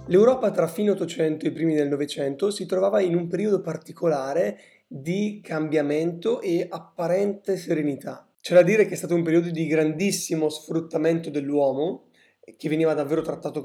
L'Europa tra fine Ottocento e i primi del Novecento si trovava in un periodo particolare di cambiamento e apparente serenità. C'è da dire che è stato un periodo di grandissimo sfruttamento dell'uomo, che veniva davvero trattato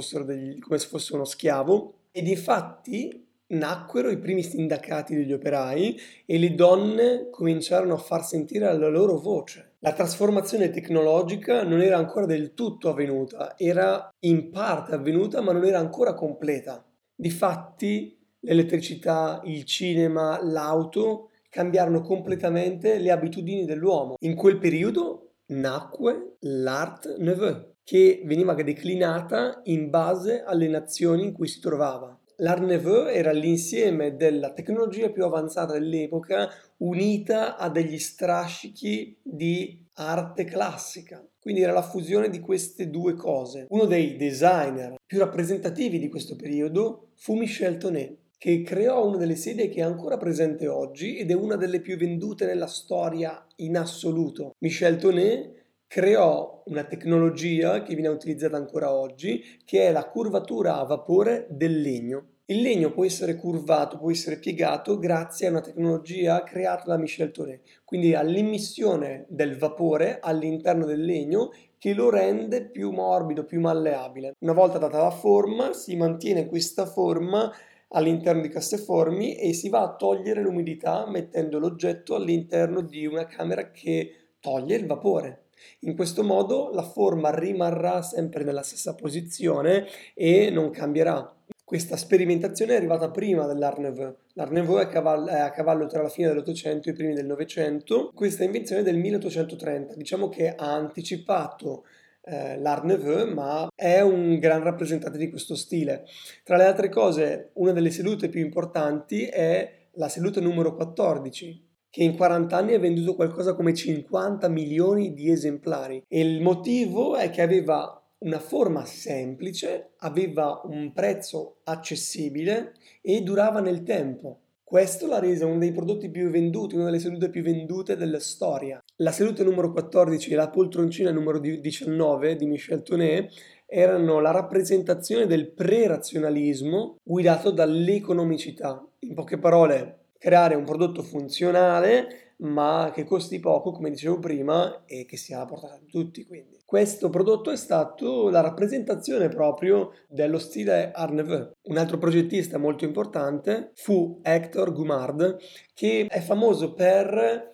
come se fosse uno schiavo, e difatti nacquero i primi sindacati degli operai e le donne cominciarono a far sentire la loro voce. La trasformazione tecnologica non era ancora del tutto avvenuta, era in parte avvenuta, ma non era ancora completa. Difatti, l'elettricità, il cinema, l'auto cambiarono completamente le abitudini dell'uomo. In quel periodo nacque l'Art Nouveau, che veniva declinata in base alle nazioni in cui si trovava. L'Art Nouveau era l'insieme della tecnologia più avanzata dell'epoca unita a degli strascichi di arte classica. Quindi era la fusione di queste due cose. Uno dei designer più rappresentativi di questo periodo fu Michel Tonnet, che creò una delle sedie che è ancora presente oggi ed è una delle più vendute nella storia in assoluto. Michel Tonnet creò una tecnologia che viene utilizzata ancora oggi, che è la curvatura a vapore del legno. Il legno può essere curvato, può essere piegato grazie a una tecnologia creata da Michel Tonnet, quindi all'immissione del vapore all'interno del legno che lo rende più morbido, più malleabile. Una volta data la forma, si mantiene questa forma all'interno di casseformi e si va a togliere l'umidità mettendo l'oggetto all'interno di una camera che toglie il vapore. In questo modo la forma rimarrà sempre nella stessa posizione e non cambierà. Questa sperimentazione è arrivata prima dell'Art Nouveau. L'Art Nouveau è a cavallo tra la fine dell'Ottocento e i primi del Novecento. Questa invenzione è del 1830, diciamo che ha anticipato l'Art Nouveau, ma è un gran rappresentante di questo stile. Tra le altre cose, una delle sedute più importanti è la seduta numero 14, che in 40 anni ha venduto qualcosa come 50 milioni di esemplari. E il motivo è che aveva una forma semplice, aveva un prezzo accessibile e durava nel tempo. Questo l'ha resa uno dei prodotti più venduti, una delle sedute più vendute della storia. La seduta numero 14 e la poltroncina numero 19 di Michel Tonnet erano la rappresentazione del pre-razionalismo guidato dall'economicità. In poche parole, creare un prodotto funzionale ma che costi poco, come dicevo prima, e che sia alla portata di tutti, quindi. Questo prodotto è stato la rappresentazione proprio dello stile Art Nouveau. Un altro progettista molto importante fu Hector Gumard, che è famoso per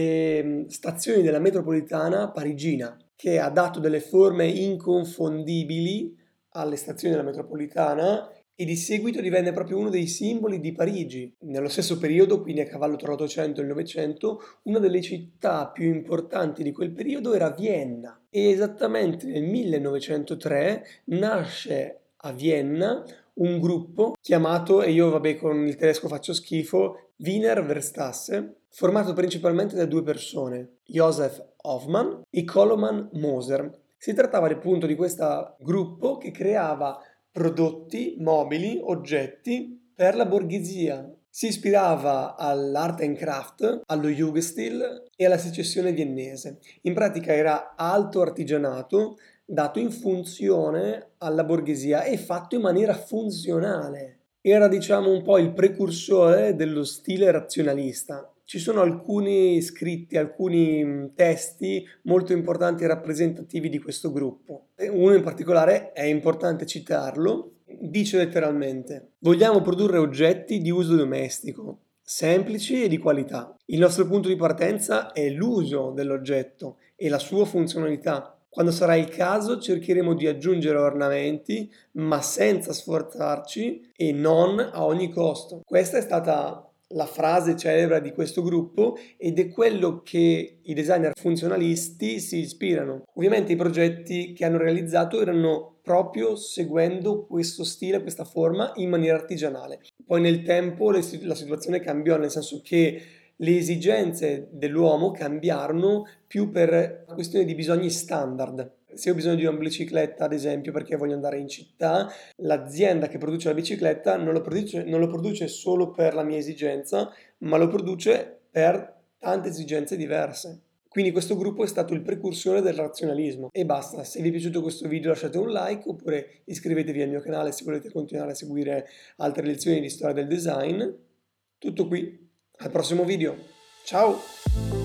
le stazioni della metropolitana parigina, che ha dato delle forme inconfondibili alle stazioni della metropolitana e di seguito divenne proprio uno dei simboli di Parigi. Nello stesso periodo, quindi a cavallo tra l'Ottocento e il Novecento, una delle città più importanti di quel periodo era Vienna e esattamente nel 1903 nasce a Vienna un gruppo chiamato, e io vabbè con il tedesco faccio schifo, Wiener Verstasse, formato principalmente da due persone, Joseph Hoffmann e Koloman Moser. Si trattava appunto di questo gruppo che creava prodotti, mobili, oggetti per la borghesia. Si ispirava all'art and craft, allo Jugendstil e alla secessione viennese. In pratica era alto artigianato dato in funzione alla borghesia e fatto in maniera funzionale. Era, diciamo, un po' il precursore dello stile razionalista. Ci sono alcuni scritti, alcuni testi molto importanti e rappresentativi di questo gruppo. Uno in particolare è importante citarlo, dice letteralmente: vogliamo produrre oggetti di uso domestico, semplici e di qualità. Il nostro punto di partenza è l'uso dell'oggetto e la sua funzionalità. Quando sarà il caso cercheremo di aggiungere ornamenti, ma senza sforzarci e non a ogni costo. Questa è stata la frase celebre di questo gruppo ed è quello che i designer funzionalisti si ispirano. Ovviamente i progetti che hanno realizzato erano proprio seguendo questo stile, questa forma in maniera artigianale. Poi nel tempo la situazione cambiò, nel senso che le esigenze dell'uomo cambiarono più per una questione di bisogni standard. Se ho bisogno di una bicicletta, ad esempio, perché voglio andare in città, l'azienda che produce la bicicletta non lo produce solo per la mia esigenza, ma lo produce per tante esigenze diverse. Quindi questo gruppo è stato il precursore del razionalismo. E basta, se vi è piaciuto questo video lasciate un like oppure iscrivetevi al mio canale se volete continuare a seguire altre lezioni di storia del design. Tutto qui, al prossimo video, ciao!